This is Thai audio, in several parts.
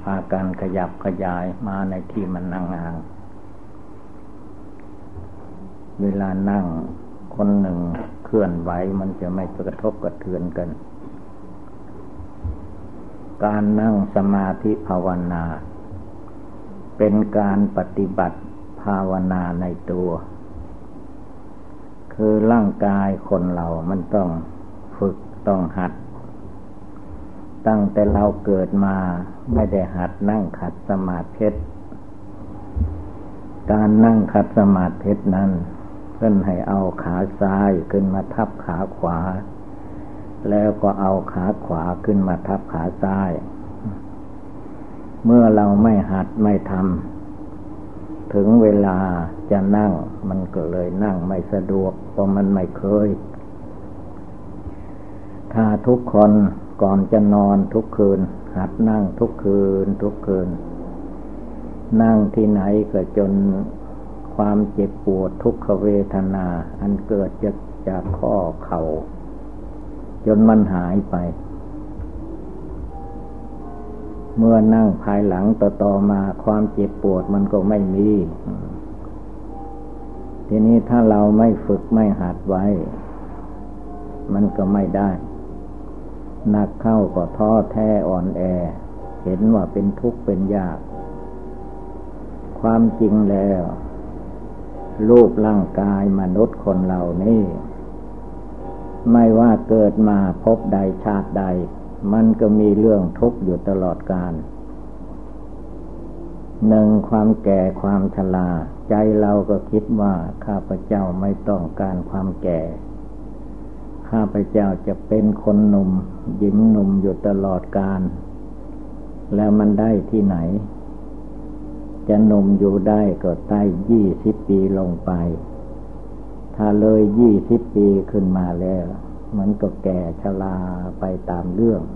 ากันขยับขยายมาในที่มันนั่งห่างเวลานั่งคนหนึ่งเคลื่อนไหวมันจะไม่กระทบกระเทือนกันการนั่งสมาธิภาวนาเป็นการปฏิบัติภาวนาในตัวคือร่างกายคนเรามันต้องฝึกต้องหัดตั้งแต่เราเกิดมาไม่ได้หัดนั่งขัดสมาธิการนั่งขัดสมาธินั้นเพื่อนให้เอาขาซ้ายขึ้นมาทับขาขวาแล้วก็เอาขาขวาขึ้นมาทับขาซ้ายเมื่อเราไม่หัดไม่ทำถึงเวลาจะนั่งมันก็เลยนั่งไม่สะดวกเพราะมันไม่เคยถ้าทุกคนก่อนจะนอนทุกคืนหัดนั่งทุกคืนนั่งที่ไหนก็จนความเจ็บปวดทุกขเวทนาอันเกิดจากข้อเข่าจนมันหายไปเมื่อนั่งภายหลังต่อมาความเจ็บปวดมันก็ไม่มีทีนี้ถ้าเราไม่ฝึกไม่หัดไว้มันก็ไม่ได้หนักเข้าก็ท้อแท้อ่อนแอเห็นว่าเป็นทุกข์เป็นยากความจริงแล้วรูปร่างกายมนุษย์คนเหล่านี้ไม่ว่าเกิดมาพบใดชาติใดมันก็มีเรื่องทุกข์อยู่ตลอดกาลหนึ่งความแก่ความชราใจเราก็คิดว่าข้าพเจ้าไม่ต้องการความแก่ข้าพเจ้าจะเป็นคนหนุ่มหญิงหนุ่มอยู่ตลอดกาลแล้วมันได้ที่ไหนจะหนุ่มอยู่ได้ก็ใต้20 ปีลงไปถ้าเลย20 ปีขึ้นมาแล้วมันก็แก่ชราไปตามเรื่อง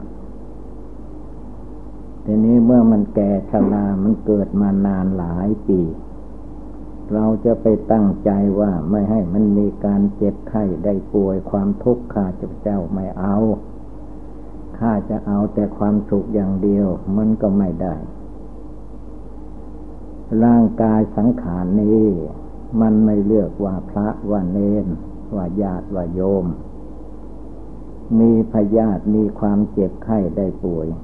ทีนี้เมื่อมันแก่ชรามันเกิดมานานหลายปีเราจะไปตั้งใจว่าไม่ให้มันมีการเจ็บไข้ได้ป่วยความทุกข์ข้าพเจ้าไม่เอาข้าจะเอาแต่ความสุขอย่างเดียวมันก็ไม่ได้ร่างกายสังขารนี้มันไม่เลือกว่าพระว่าเณรว่าญาติว่าโยมมีพยาธิมีความเจ็บไข้ได้ป่วย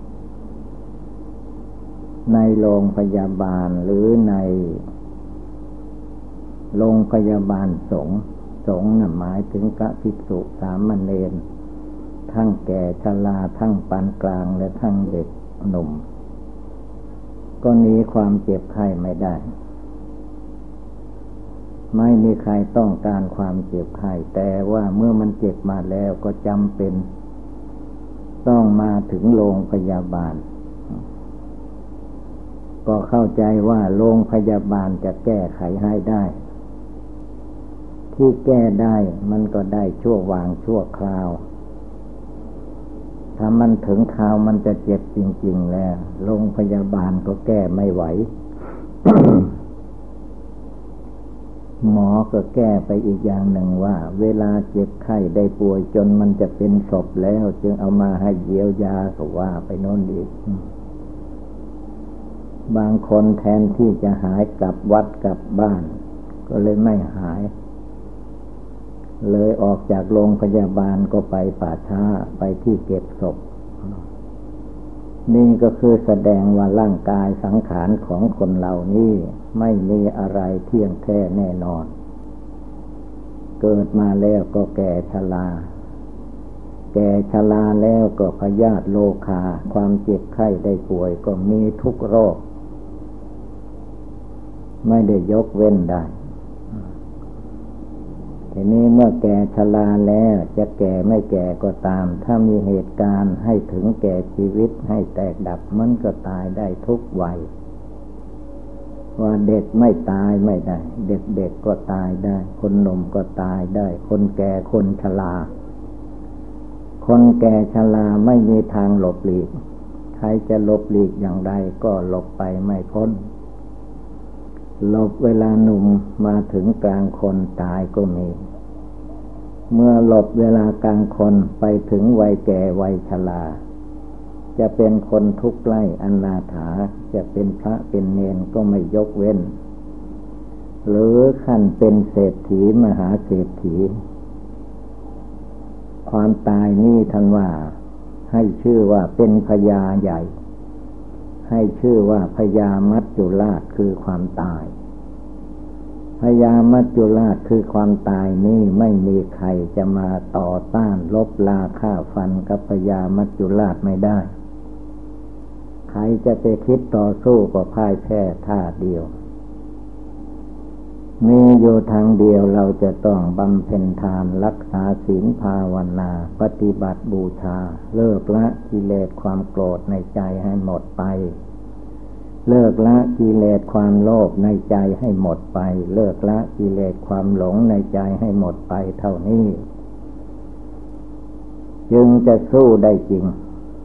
ในโรงพยาบาลหรือในโรงพยาบาลสงฆ์น่ะหมายถึงพระภิกษุสามเณรทั้งแก่ชราทั้งปานกลางและทั้งเด็กหนุ่มก็หนีความเจ็บไข้ไม่ได้ไม่มีใครต้องการความเจ็บไข้แต่ว่าเมื่อมันเจ็บมาแล้วก็จำเป็นต้องมาถึงโรงพยาบาลก็เข้าใจว่าโรงพยาบาลจะแก้ไขให้ได้ที่แก้ได้มันก็ได้ชั่ววางชั่วคราวถ้ามันถึงคราวมันจะเจ็บจริงๆแล้วโรงพยาบาลก็แก้ไม่ไหว หมอก็แก้ไปอีกอย่างหนึ่งว่าเวลาเจ็บไข้ได้ป่วยจนมันจะเป็นศพแล้วจึงเอามาให้เยียวยาก็ว่าไปโน่นอีกบางคนแทนที่จะหายกลับวัดกลับบ้านก็เลยไม่หายเลยออกจากโรงพยาบาลก็ไปป่าช้าไปที่เก็บศพนี่ก็คือแสดงว่าร่างกายสังขารของคนเหล่านี้ไม่มีอะไรเที่ยงแท้แน่นอนเกิดมาแล้วก็แก่ชราแก่ชราแล้วก็พยาธิโรคาความเจ็บไข้ได้ป่วยก็มีทุกโรคไม่ได้ยกเว้นได้ทีนี้เมื่อแก่ชราแล้วจะแก่ไม่แก่ก็ตามถ้ามีเหตุการณ์ให้ถึงแก่ชีวิตให้แตกดับมันก็ตายได้ทุกวัยว่าเด็กไม่ตายไม่ได้เด็กก็ตายได้คนหนุ่มก็ตายได้คนแก่คนชราคนแก่ชราไม่มีทางหลบหลีกใครจะหลบหลีกอย่างไรก็หลบไปไม่พ้นหลบเวลาหนุ่มมาถึงกลางคนตายก็มี เมื่อหลบเวลากลางคนไปถึงวัยแก่วัยชราจะเป็นคนทุกข์ไร้อนาถาจะเป็นพระเป็นเณรก็ไม่ยกเว้นหรือขั้นเป็นเศรษฐีมหาเศรษฐีความตายนี่ท่านว่าให้ชื่อว่าเป็นพญาใหญ่ให้ชื่อว่าพญามัจจุราชคือความตายพญามัจจุราชคือความตายนี่ไม่มีใครจะมาต่อต้านลบลาฆ่าฟันกับพญามัจจุราชไม่ได้ใครจะไปคิดต่อสู้ก็พ่ายแพ้ท่าเดียวมีอยู่ทางเดียวเราจะต้องบำเพ็ญทานรักษาศีลภาวนาปฏิบัติบูชาเลิกละกิเลสความโกรธในใจให้หมดไปเลิกละกิเลสความโลภในใจให้หมดไปเลิกละกิเลสความหลงในใจให้หมดไปเท่านี้จึงจะสู้ได้จริง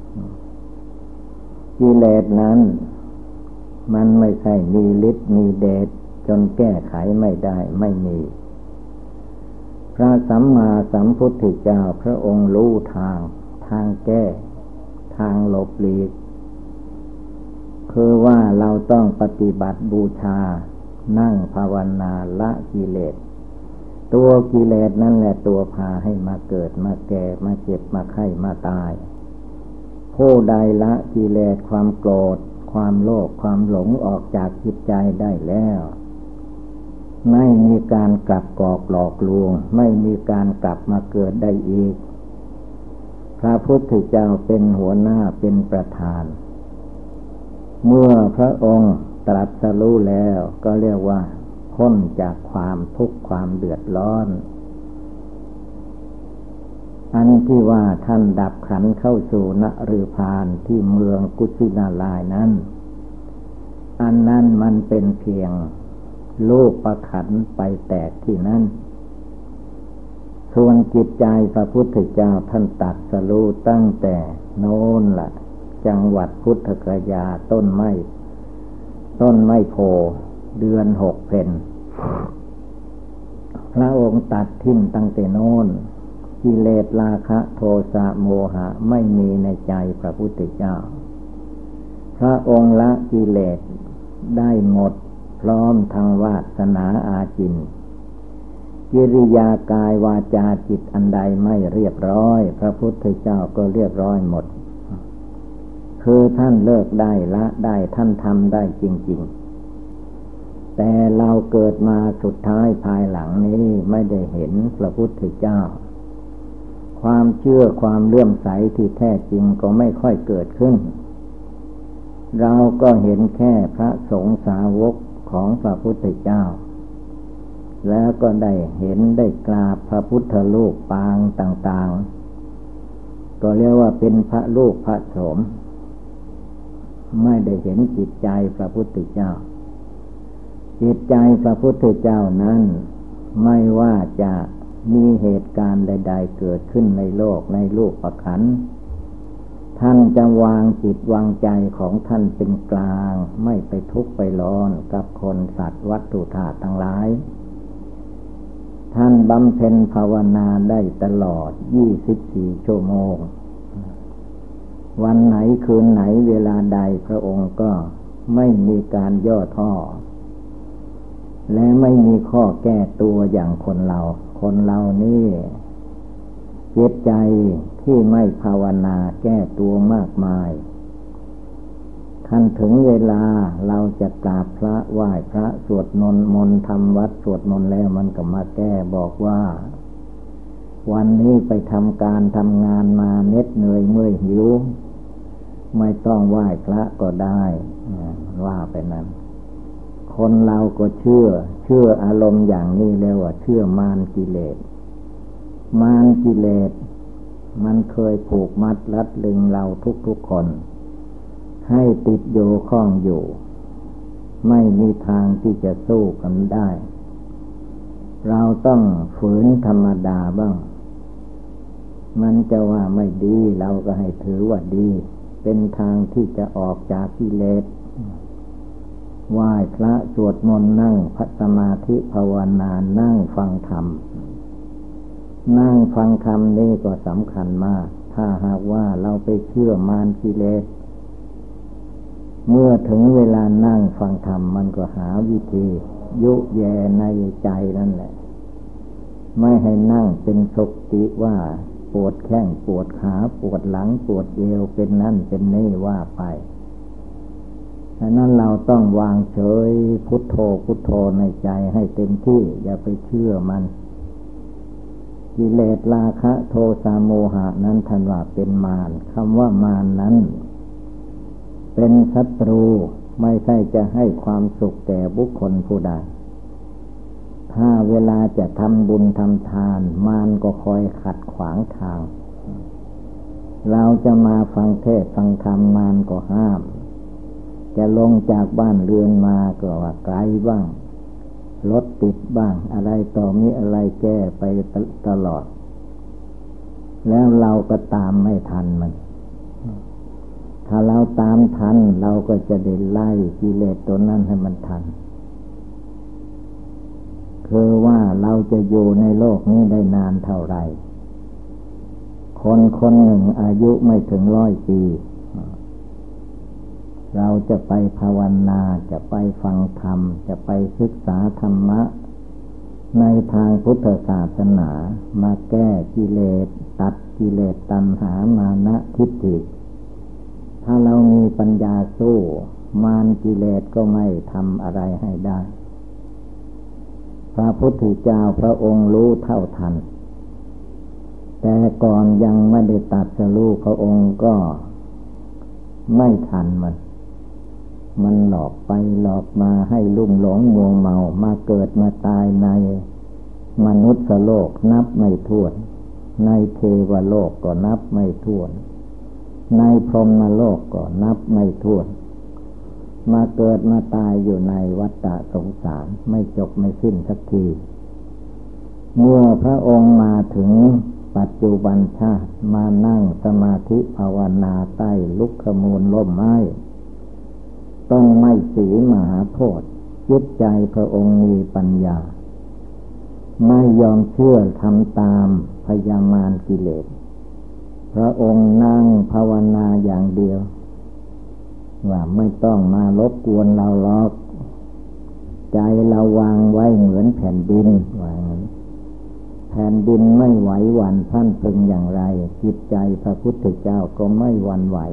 กิเลสนั้นมันไม่ใช่มีฤทธิ์มีเดชจนแก้ไขไม่ได้ไม่มีพระสัมมาสัมพุทธเจ้าพระองค์รู้ทางแก้ทางหลบหลีกคือว่าเราต้องปฏิบัติบูชานั่งภาวนาละกิเลสตัวกิเลสนั่นแหละตัวพาให้มาเกิดมาแก่มาเจ็บมาไข้มาตายผู้ใดละกิเลสความโกรธความโลภความหลงออกจากจิตใจได้แล้วไม่มีการกลับกอกหลอกลวงไม่มีการกลับมาเกิดได้อีกพระพุทธเจ้าเป็นหัวหน้าเป็นประธานเมื่อพระองค์ตรัสรู้แล้วก็เรียกว่าพ้นจากความทุกข์ความเดือดร้อนอันที่ว่าท่านดับขันธ์เข้าสู่นฤพานที่เมืองกุสินาลายนั้นอันนั้นมันเป็นเพียงรูปประขันไปแตกที่นั่นส่วนจิตใจพระพุทธเจ้าท่านตรัสรู้ตั้งแต่โน้นล่ะจังหวัดพุทธกยาต้นไม้โพเดือน6 เพ็ญพระองค์ตัดทิ้งตั้งแต่โน้นกิเลสราคะโทสะโมหะไม่มีในใจพระพุทธเจ้าพระองค์ละกิเลสได้หมดพร้อมทางวาสนาอาจินกิริยากายวาจาจิตอันใดไม่เรียบร้อยพระพุทธเจ้าก็เรียบร้อยหมดคือท่านเลิกได้ละได้ท่านทำได้จริงๆแต่เราเกิดมาสุดท้ายภายหลังนี้ไม่ได้เห็นพระพุทธเจ้าความเชื่อความเลื่อมใสที่แท้จริงก็ไม่ค่อยเกิดขึ้นเราก็เห็นแค่พระสงฆ์สาวกของพระพุทธเจ้าแล้วก็ได้เห็นได้กราบพระพุทธรูปปางต่างๆก็เรียกว่าเป็นพระรูปพระโสมไม่ได้เห็นจิตใจพระพุทธเจ้าจิตใจพระพุทธเจ้านั้นไม่ว่าจะมีเหตุการณ์ใดๆเกิดขึ้นในโลกในรูปขันธ์ท่านจะวางจิตวางใจของท่านเป็นกลางไม่ไปทุกข์ไปร้อนกับคนสัตว์วัตถุธาตุทั้งหลายท่านบำเพ็ญภาวนาได้ตลอด24 ชั่วโมงวันไหนคืนไหนเวลาใดพระองค์ก็ไม่มีการย่อท้อและไม่มีข้อแก้ตัวอย่างคนเรานี่จิตใจที่ไม่ภาวนาแก้ตัวมากมายขั้นถึงเวลาเราจะกราบพระไหว้พระสวดมนต์ทำวัดสวดมนต์แล้วมันก็มาแก้บอกว่าวันนี้ไปทำการทำงานมาเหน็ดเหนื่อยเมื่อยหิวไม่ต้องไหว้พระก็ได้ว่าไปนั้นคนเราก็เชื่ออารมณ์อย่างนี้แล้วว่าเชื่อมารกิเลสมันเคยผูกมัดรัดลึงเราทุกคนให้ติดโยข้องอยู่ไม่มีทางที่จะสู้กันได้เราต้องฝืนธรรมดาบ้างมันจะว่าไม่ดีเราก็ให้ถือว่าดีเป็นทางที่จะออกจากกิเลสไหว้พระสวดมนต์นั่งสมาธิภาวนานั่งฟังธรรมนี่ก็สำคัญมากทถ้าหากว่าเราไปเชื่อมารกิเลสเมื่อถึงเวลานั่งฟังธรรมมันก็หาวิธียุแย่ในใจนั่นแหละไม่ให้นั่งเป็นสติว่าปวดแข้งปวดขาปวดหลังปวดเอวเป็นนั่นเป็นนี่ว่าไปฉะนั้นเราต้องวางเฉยพุทโธพุทโธในใจให้เต็มที่อย่าไปเชื่อมันกิเลสราคะโทสะโมหะนั้นท่านว่าเป็นมารคำว่ามารนั้นเป็นศัตรูไม่ใช่จะให้ความสุขแก่บุคคลผู้ใดถ้าเวลาจะทำบุญทำทานมารก็คอยขัดขวางทางเราจะมาฟังเทศน์ฟังธรรมมารก็ห้ามจะลงจากบ้านเรือนมาก็ว่าไกลบ้างรถติดบ้างอะไรต่อมีอะไรแก้ไปตลอดแล้วเราก็ตามไม่ทันมันถ้าเราตามทันเราก็จะได้ไล่กิเลสตัวนั้นให้มันทันคือว่าเราจะอยู่ในโลกนี้ได้นานเท่าไหร่คนคนหนึ่งอายุไม่ถึง100 ปีเราจะไปภาวนาจะไปฟังธรรมจะไปศึกษาธรรมะในทางพุทธศาสนามาแก้กิเลสตัดกิเลสตัณหามานะทิฏฐิถ้าเรามีปัญญาสู้มารกิเลสก็ไม่ทำอะไรให้ได้พระพุทธเจ้าพระองค์รู้เท่าทันแต่ก่อนยังไม่ได้ตรัสรู้พระองค์ก็ไม่ทันมันหลอกไปหลอกมาให้ลุ่มหลงมัวเมามาเกิดมาตายในมนุษย์โลกนับไม่ถ้วนในเทวโลกก็นับไม่ถ้วนในพรหมโลกก็นับไม่ถ้วนมาเกิดมาตายอยู่ในวัฏสงสารไม่จบไม่สิ้นสักทีเมื่อพระองค์มาถึงปัจจุบันชาติมานั่งสมาธิภาวนาใต้ลุกขมูลร่มไม้ต้องไม่สีมหาโพธิ์จิตใจพระองค์มีปัญญาไม่ยอมเชื่อทำตามพยามารกิเลสพระองค์นั่งภาวนาอย่างเดียวว่าไม่ต้องมารบกวนเราหรอกใจเราวางไว้เหมือนแผ่นดินว่างั้นแผ่นดินไม่ไหวหวั่นพลันพรึงอย่างไรจิตใจพระพุทธเจ้าก็ไม่หวั่นไหว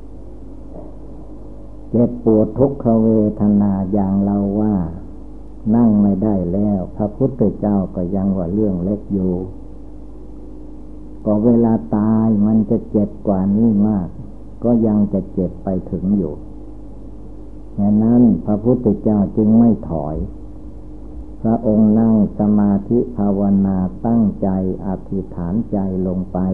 เจ็บปวดทุกขเวทนาอย่างเราว่านั่งไม่ได้แล้วพระพุทธเจ้าก็ยังว่าเรื่องเล็กอยู่ก็เวลาตายมันจะเจ็บกว่านี้มากก็ยังจะเจ็บไปถึงอยู่ดังนั้นพระพุทธเจ้าจึงไม่ถอยพระองค์นั่งสมาธิภาวนาตั้งใจอธิษฐานใจลงไป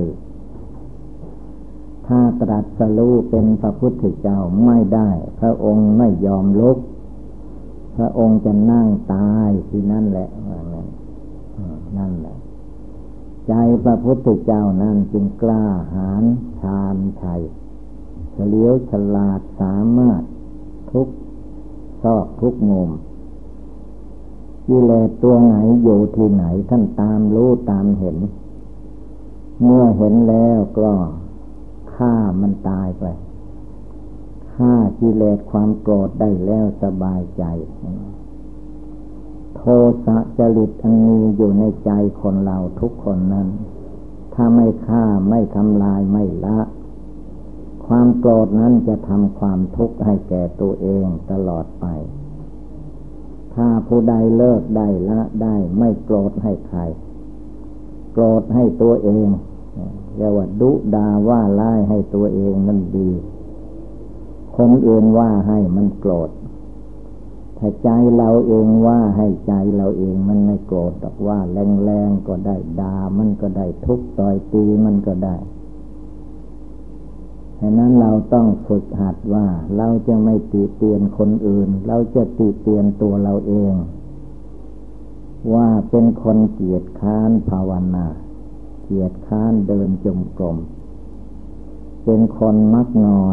ถ้าตรัสรู้เป็นพระพุทธเจ้าไม่ได้พระองค์ไม่ยอมลุกพระองค์จะนั่งตายที่นั่นแหละนั่นแหละใจพระพุทธเจ้านั้นจึงกล้าหาญชาญชัยเฉลียวฉลาดสามารถทุกซอกทุกมุมกิเลสตัวไหนอยู่ที่ไหนท่านตามรู้ตามเห็นเมื่อเห็นแล้วก็ฆ่ามันตายไปฆ่ากิเลสความโกรธได้แล้วสบายใจโทสะจริตอันมีอยู่ในใจคนเราทุกคนนั้นถ้าไม่ฆ่าไม่ทำลายไม่ละความโกรธนั้นจะทำความทุกข์ให้แก่ตัวเองตลอดไปถ้าผู้ใดเลิกได้ละได้ไม่โกรธให้ใครโกรธให้ตัวเองเรียกว่าดุดาว่าร้ายให้ตัวเองนั่นดีคนอื่นว่าให้มันโกรธถ้าใจเราเองว่าให้ใจเราเองมันไม่โกรธแต่ว่าแรงๆก็ได้ด่ามันก็ได้ทุบต่อยตีมันก็ได้ฉะนั้นเราต้องฝึกหัดว่าเราจะไม่ติเตียนคนอื่นเราจะติเตียนตัวเราเองว่าเป็นคนเกียจค้านภาวนาเกียจค้านเดินจงกรมเป็นคนมักนอน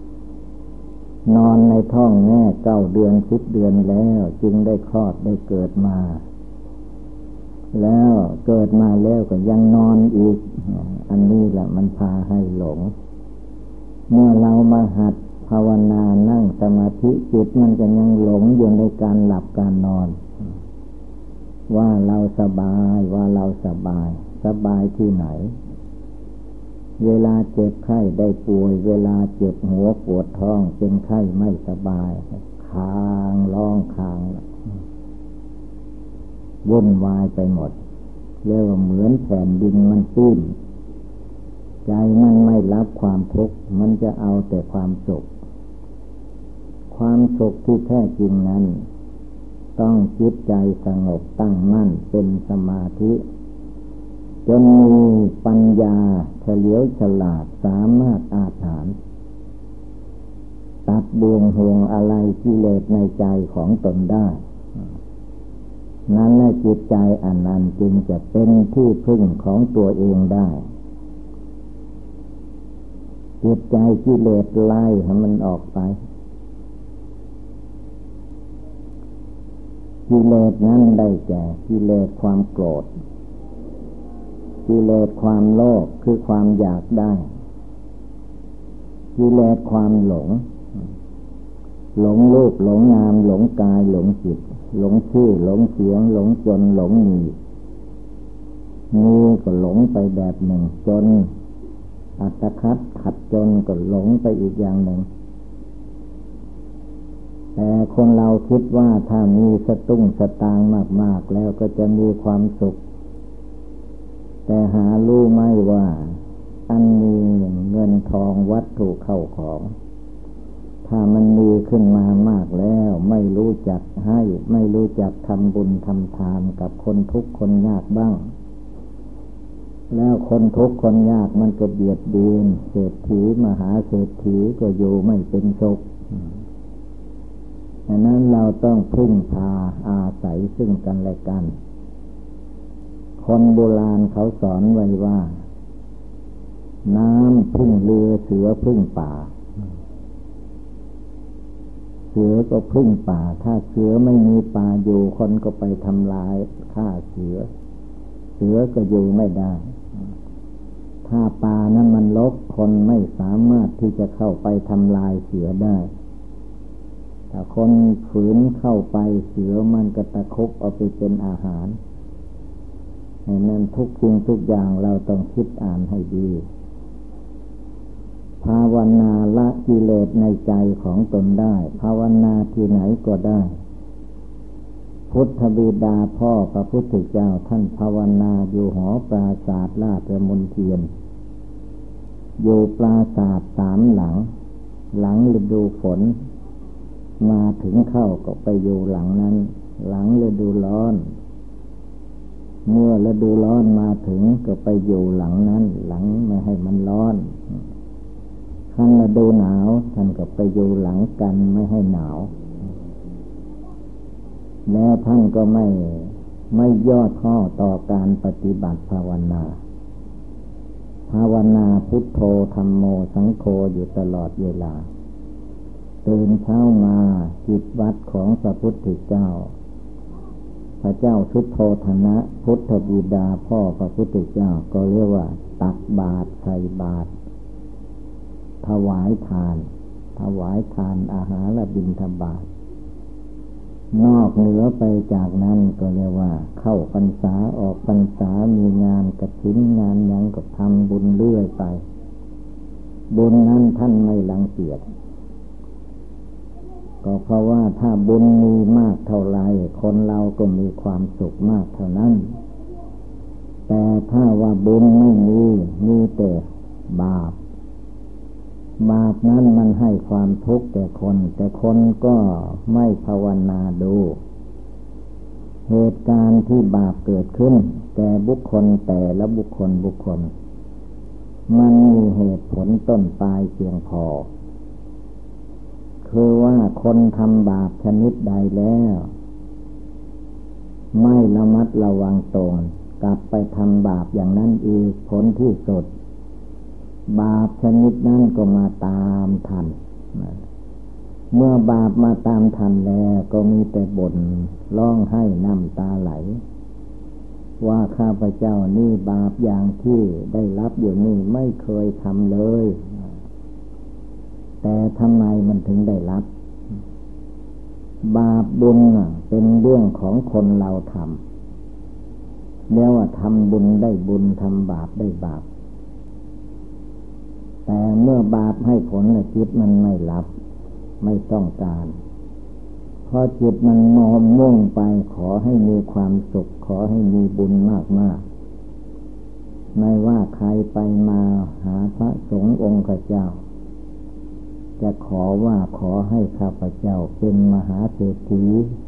ในท้องแม่9 เดือน10 เดือนแล้วจึงได้คลอดได้เกิดมาแล้วเกิดมาแล้วก็ยังนอนอีกอันนี้แหละมันพาให้หลงเมื่อเรามาหัดภาวนานั่งสมาธิจิตมันก็ยังหลงอยู่ในการหลับการนอนว่าเราสบายว่าเราสบายที่ไหนเวลาเจ็บไข้ได้ป่วยเวลาเจ็บหัวปวดท้องเป็นไข้ไม่สบายคางร้องคางวุ่นวายไปหมดเรียกว่าเหมือนแผ่นดินมันตื้นใจมันไม่รับความทุกข์มันจะเอาแต่ความสุขความสุขที่แท้จริงนั้นต้องจิตใจสงบตั้งมั่นเป็นสมาธิจนมีปัญญาเฉลียวฉลาดสามารถอาถรรพ์ตัดบ่วงห่วงอะไรกิเลสในใจของตนได้นั้นในจิตใจอันนั้นจึงจะเป็นที่พึ่งของตัวเองได้จิตใจกิเลสไล่ให้มันออกไปกิเลสนั้นได้แก่กิเลสความโกรธกิเลสความโลภคือความอยากได้กิเลสความหลงรูปหลงนามหลงกายหลงจิตหลงชื่อหลงเสียงหลงจนหลงมีก็หลงไปแบบหนึ่งจนอัตคัดขัดจนก็หลงไปอีกอย่างหนึ่งแต่คนเราคิดว่าถ้ามีสตุ้งสตางค์มากๆแล้วก็จะมีความสุขแต่หารู้ไหมว่าอันมีเงินทองวัตถุเข้าของถ้ามันมีขึ้นมามากแล้วไม่รู้จักให้ไม่รู้จักทำบุญทำทานกับคนทุกข์คนยากบ้างแล้วคนทุกข์คนยากมันก็เบียดเบียนเศรษฐีมหาเศรษฐีก็อยู่ไม่เป็นสุขดังนั้นเราต้องพึ่งพาอาศัยซึ่งกันและกันคนโบราณเขาสอนไว้ว่าน้ำพึ่งเรือเสือพึ่งป่าเสือก็พึ่งป่าถ้าเสือไม่มีป่าอยู่คนก็ไปทำลายฆ่าเสือก็อยู่ไม่ได้ถ้าป่านั้นมันรกคนไม่สามารถที่จะเข้าไปทำลายเสือได้ถ้าคนฝืนเข้าไปเสือมันก็ตะครุบเอาไปเป็นอาหารในนั้นทุกสิ่งทุกอย่างเราต้องคิดอ่านให้ดีภาวนาละกิเลสในใจของตนได้ภาวนาที่ไหนก็ได้พุทธบิดาพ่อพระพุทธเจ้าท่านภาวนาอยู่หอปราสาทลาดมนเทียนอยู่ปราสาท3 หลังฤดูฝนมาถึงเข้าก็ไปอยู่หลังนั้นหลังฤดูร้อนเมื่อฤดูร้อนมาถึงก็ไปอยู่หลังนั้นหลังไม่ให้มันร้อนขั้นฤดูหนาวท่านก็ไปอยู่หลังกันไม่ให้หนาวแล้วท่านก็ไม่ย่อท้อต่อการปฏิบัติภาวนาพุทโธธัมโมสังโฆอยู่ตลอดเวลาตื่นเช้ามาจิตวัดของพระพุทธเจ้าพระเจ้าสุโธทนะพุทธบิดาพ่อพระพุทธเจ้าก็เรียกว่าตักบาตรใส่บาตรถวายทานอาหารและบิณฑบาตนอกเหนือไปจากนั้นก็เรียกว่าเข้าพรรษาออกพรรษามีงานกฐินงานหยังก็ทำบุญเรื่อยไปบุญนั้นท่านไม่รังเกียจก็เพราะว่าถ้าบุญมีมากเท่าไรคนเราก็มีความสุขมากเท่านั้นแต่ถ้าว่าบุญไม่มีแต่บาปนั้นมันให้ความทุกข์แก่คนแต่คนก็ไม่ภาวนาดูเหตุการณ์ที่บาปเกิดขึ้นแก่บุคคลแต่ละบุคคลมันมีเหตุผลต้นปลายเพียงพอคือว่าคนทำบาปชนิดใดแล้วไม่ระมัดระวังตนกลับไปทำบาปอย่างนั้นอีกผลที่สุดบาปชนิดนั้นก็มาตามทันเมื่อบาปมาตามทันแล้วก็มีแต่บ่นร้องไห้น้ำตาไหลว่าข้าพเจ้านี่บาปอย่างที่ได้รับอยู่นี่ไม่เคยทำเลยแต่ทำไมมันถึงได้รับบาปบุญเป็นเรื่องของคนเราทำแล้วทำบุญได้บุญทำบาปได้บาปแต่เมื่อบาปให้ผลจิตมันไม่รับไม่ต้องการเพราะจิตมันมุ่งไปขอให้มีความสุขขอให้มีบุญมากๆไม่ว่าใครไปมาหาพระสงฆ์องค์เจ้าจะขอให้ข้าพเจ้าเป็นมหาเศรษฐี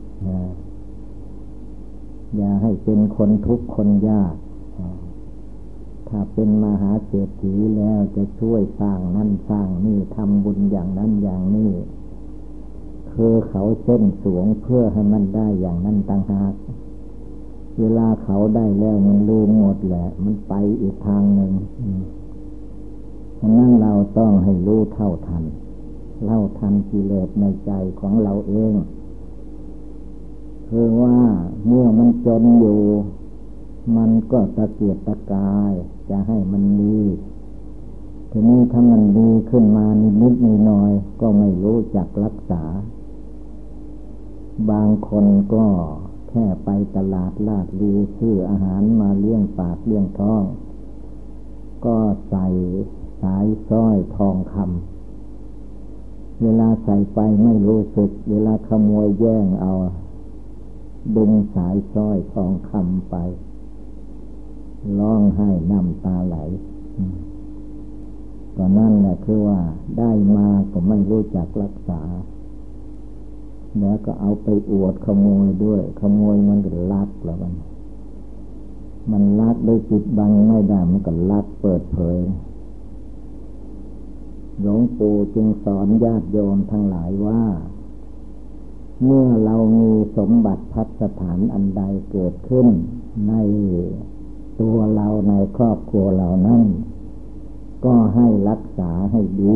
อย่าให้เป็นคนทุกข์คนยากถ้าเป็นมหาเศรษฐีแล้วจะช่วยสร้างนั่นสร้างนี่ทำบุญอย่างนั้นอย่างนี้คือเขาเส้นสวงเพื่อให้มันได้อย่างนั้นต่างหากเวลาเขาได้แล้วมันลืมหมดแหละมันไปอีกทางหนึ่งฉะนั้นเราต้องให้รู้เท่าทันกิเลสในใจของเราเองคือว่าเมื่อมันจนอยู่มันก็ตะเกียกตะกายจะให้มันดีทีนี้ถ้ามันดีขึ้นมานิดๆหน่อยๆก็ไม่รู้จักรักษาบางคนก็แค่ไปตลาดลาดลีซื้ออาหารมาเลี้ยงปากเลี้ยงท้องก็ใส่สายสร้อยทองคำเวลาใส่ไปไม่รู้สึกเวลาขโมยแย่งเอาดึงสายสร้อยทองคำไปร้องไห้น้ำตาไหลก็นั่นแหละคือว่าได้มาก็ไม่รู้จักรักษาแล้วก็เอาไปอวดขโมยด้วยขโมยมันก็ลักแล้วมันลักโดยปิดบังไม่ได้มันก็ลักเปิดเผยหลวงปู่จึงสอนญาติโยมทั้งหลายว่าเมื่อเรามีสมบัติภัสถานอันใดเกิดขึ้นในตัวเราในครอบครัวเรานั้นก็ให้รักษาให้ดี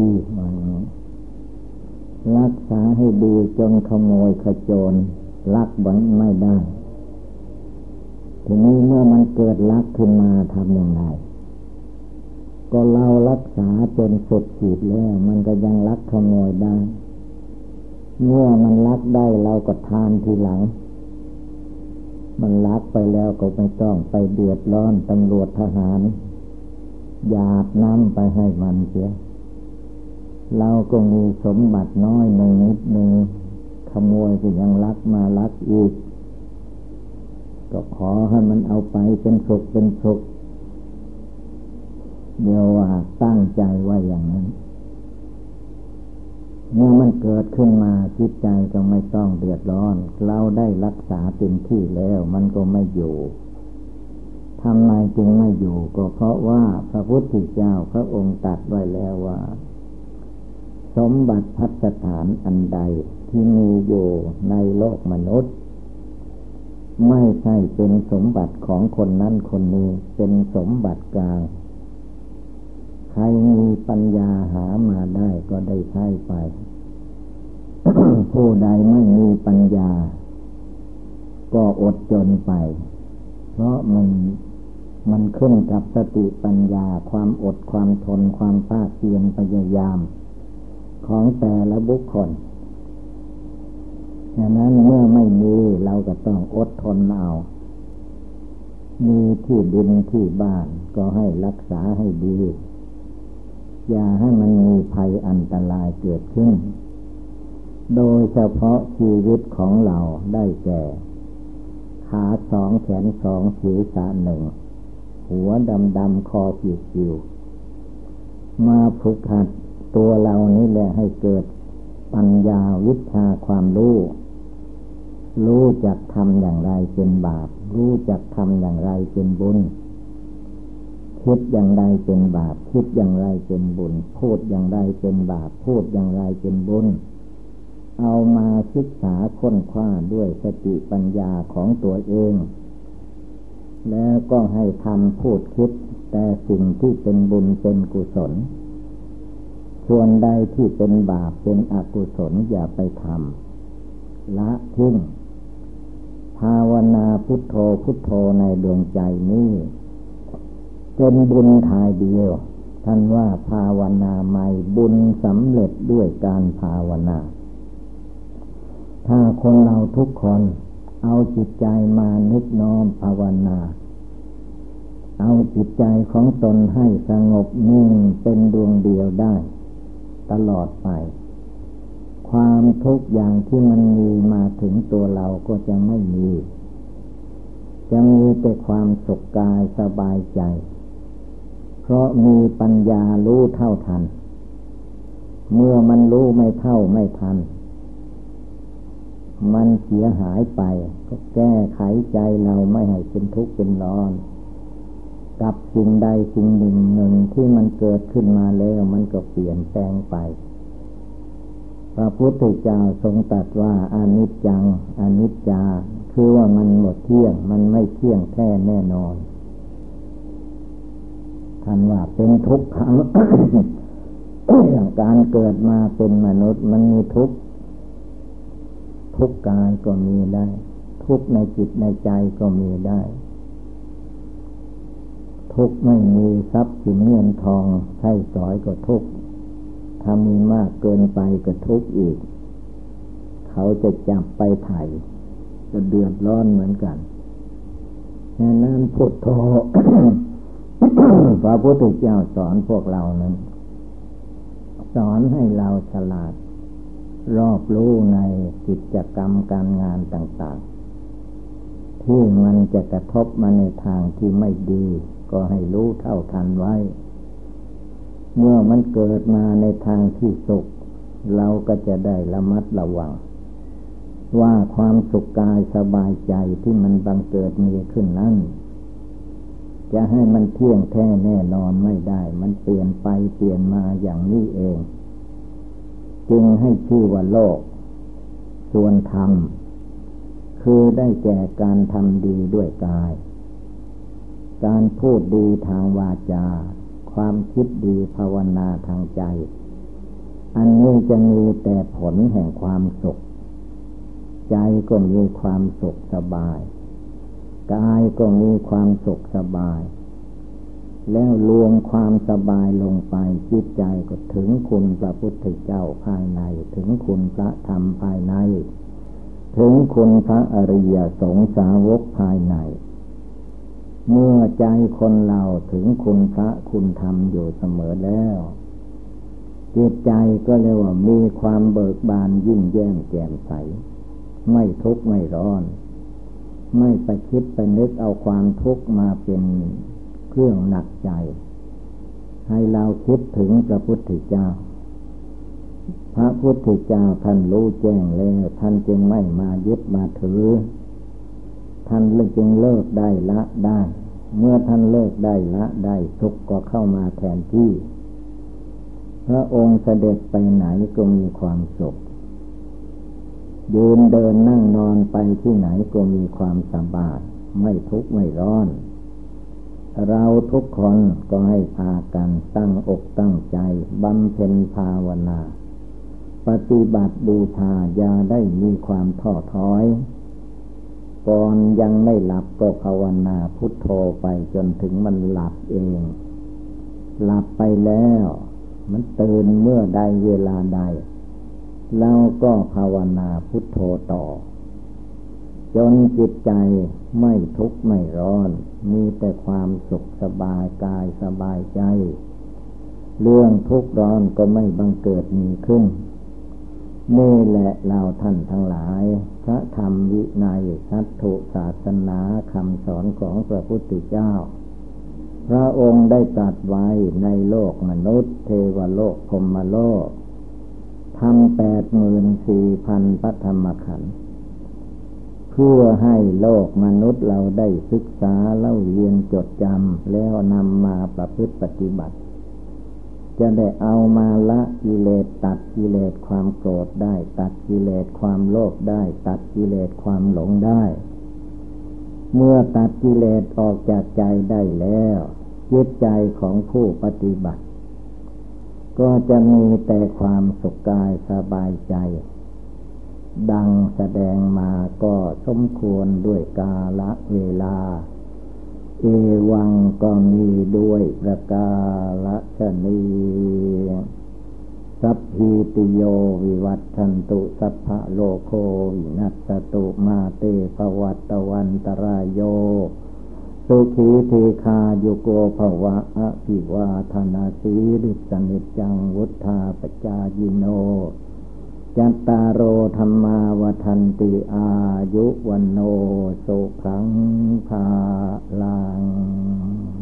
รักษาให้ดีจนขโมยขโจรลักไว้ไม่ได้ทีนี้เมื่อมันเกิดลักขึ้นมาทำอย่างไรก็เรารักษาจนสุดขีดแล้วมันก็ยังลักขโมยได้เมื่อมันลักได้เราก็ทานทีหลังมันลักไปแล้วก็ไม่ต้องไปเดือดร้อนตำรวจทหารหยาดน้ำไปให้มันเสียเราก็มีสมบัติน้อยหนึ่งนิดหนึ่งขโมยก็ยังลักมาลักอีกก็ขอให้มันเอาไปเป็นสุขเป็นสุขเดี๋ยวว่าตั้งใจไว้อย่างนั้นเมื่อมันเกิดขึ้นมาจิตใจก็ไม่ต้องเดือดร้อนเราได้รักษาเต็มที่แล้วมันก็ไม่อยู่ทำไมจึงไม่อยู่ก็เพราะว่าพระพุทธเจ้าพระองค์ตรัสไว้แล้วว่าสมบัติภัสถานอันใดที่มีอยู่ในโลกมนุษย์ไม่ใช่เป็นสมบัติของคนนั้นคนนี้เป็นสมบัติกลางใครมีปัญญาหามาได้ก็ได้ใช้ไป ผู้ใดไม่มีปัญญาก็อดจนไปเพราะมันขึ้นกับสติปัญญาความอดความทนความภาคเพียรพยายามของแต่ละบุคคลฉะนั้นเมื่อไม่มีเราก็ต้องอดทนเอามีที่ดินที่บ้านก็ให้รักษาให้ดีอย่าให้มันมีภัยอันตรายเกิดขึ้นโดยเฉพาะชีวิตของเราได้แก่ขาสองแขนสองศีรษะหนึ่งหัวดำๆคอจิ๋วๆมาฝึกหัดตัวเรานี่แหละให้เกิดปัญญาวิชาความรู้จักทำอย่างไรเป็นบาปรู้จักทำอย่างไรเป็นบุญคิดอย่างไรเป็นบาปคิดอย่างไรเป็นบุญพูดอย่างไรเป็นบาปพูดอย่างไรเป็นบุญเอามาศึกษาค้นคว้าด้วยสติปัญญาของตัวเองแล้วก็ให้ทำพูดคิดแต่สิ่งที่เป็นบุญเป็นกุศลส่วนใดที่เป็นบาปเป็นอกุศลอย่าไปทำละทิ้งทาวนาพุทโธพุทโธในดวงใจนี้เป็นบุญทายเดียวท่านว่าภาวนาใหม่บุญสำเร็จด้วยการภาวนาถ้าคนเราทุกคนเอาจิตใจมานึกน้อมภาวนาเอาจิตใจของตนให้สงบนิ่งเป็นดวงเดียวได้ตลอดไปความทุกข์อย่างที่มันมีมาถึงตัวเราก็จะไม่มีจะมีแต่ความสุขกายสบายใจเพราะมีปัญญารู้เท่าทันเมื่อมันรู้ไม่เท่าไม่ทันมันเสียหายไปก็แก้ไขใจเราไม่ให้เป็นทุกข์เป็นร้อนกับสิ่งใดสิ่งหนึ่งที่มันเกิดขึ้นมาแล้วมันก็เปลี่ยนแปลงไปพระพุทธเจ้าทรงตรัสว่าอนิจจังอนิจจาคือว่ามันหมดเที่ยงมันไม่เที่ยงแท้แน่นอนท่านว่าเป็นทุกขัง อย่างการเกิดมาเป็นมนุษย์มันมีทุกข์ทุกข์กายก็มีได้ทุกข์ในจิตในใจก็มีได้ทุกข์ไม่มีทรัพย์สินเงินทองใช้สอยก็ทุกข์ถ้ามีมากเกินไปก็ทุกข์อีกเขาจะจับไปไถ่จะเดือดร้อนเหมือนกันฉะนั้นพุทโธ พระพุทธเจ้าสอนพวกเรานั้นสอนให้เราฉลาดรอบรู้ในกิจกรรมการงานต่างๆที่มันจะกระทบมาในทางที่ไม่ดีก็ให้รู้เท่าทันไว้เมื่อมันเกิดมาในทางที่สุขเราก็จะได้ระมัดระวังว่าความสุขกายสบายใจที่มันบังเกิดมีขึ้นนั้นจะให้มันเที่ยงแท้แน่นอนไม่ได้มันเปลี่ยนไปเปลี่ยนมาอย่างนี้เองจึงให้ชื่อว่าโลกส่วนธรรมคือได้แก่การทำดีด้วยกายการพูดดีทางวาจาความคิดดีภาวนาทางใจอันนี้จะมีแต่ผลแห่งความสุขใจก็มีความสุขสบายกายก็มีความสุขสบายแล้วรวมความสบายลงไปจิตใจก็ถึงคุณพระพุทธเจ้าภายในถึงคุณพระธรรมภายในถึงคุณพระอริยสงสาวกภายในเมื่อใจคนเราถึงคุณพระคุณธรรมอยู่เสมอแล้วจิตใจก็เรียกว่ามีความเบิกบานยิ่งแย้มแจ่มใสไม่ทุกข์ไม่ร้อนไม่ไปคิดไปนึกเอาความทุกข์มาเป็นเครื่องหนักใจให้เราคิดถึงพระพุทธเจ้าพระพุทธเจ้าท่านรู้แจ้งแล้วท่านจึงไม่มายึดมาถือท่านจึงเลิกได้ละได้เมื่อท่านเลิกได้ละได้ทุกข์ก็เข้ามาแทนที่พระองค์เสด็จไปไหนก็มีความสุขยืนเดินนั่งนอนไปที่ไหนก็มีความสบายไม่ทุกข์ไม่ร้อนเราทุกคนก็ให้พากันตั้งอกตั้งใจบำเพ็ญภาวนาปฏิบัติบูชาอย่าได้มีความท้อถอยก่อนยังไม่หลับก็ภาวนาพุทโธไปจนถึงมันหลับเองหลับไปแล้วมันตื่นเมื่อใดเวลาใดเราก็ภาวนาพุทโธต่อจนจิตใจไม่ทุกข์ไม่ร้อนมีแต่ความสุขสบายกายสบายใจเรื่องทุกข์ร้อนก็ไม่บังเกิดมีขึ้นนี่แหละเราท่านทั้งหลายพระธรรมวินัยสัตถุศาสนาคำสอนของพระพุทธเจ้าพระองค์ได้ตรัสไว้ในโลกมนุษย์เทวโลกพรหมโลกทำ 84,000 พระธรรมขันธ์เพื่อให้โลกมนุษย์เราได้ศึกษาเล่าเรียนจดจำแล้วนำมาประพฤติปฏิบัติจะได้เอามาละกิเลสตัดกิเลสความโกรธได้ตัดกิเลสความโลภได้ตัดกิเลสความหลงได้เมื่อตัดกิเลสออกจากใจได้แล้วจิตใจของผู้ปฏิบัติก็จะมีแต่ความสุขกายสบายใจดังแสดงมาก็สมควรด้วยกาลเวลาเอวังก็มีด้วยประกาศนีสัพพิติโยวิวัตชันตุสัพพะโลกโควินัสสตุมาเตภวัตวันตรายโยสุขีเทคาโยโกภวะอภิวาทนาสีริสนิจจังวุธาปจายิโนจัตตารโอธรรมาวทันติอายุวันโนสุขังภาลัง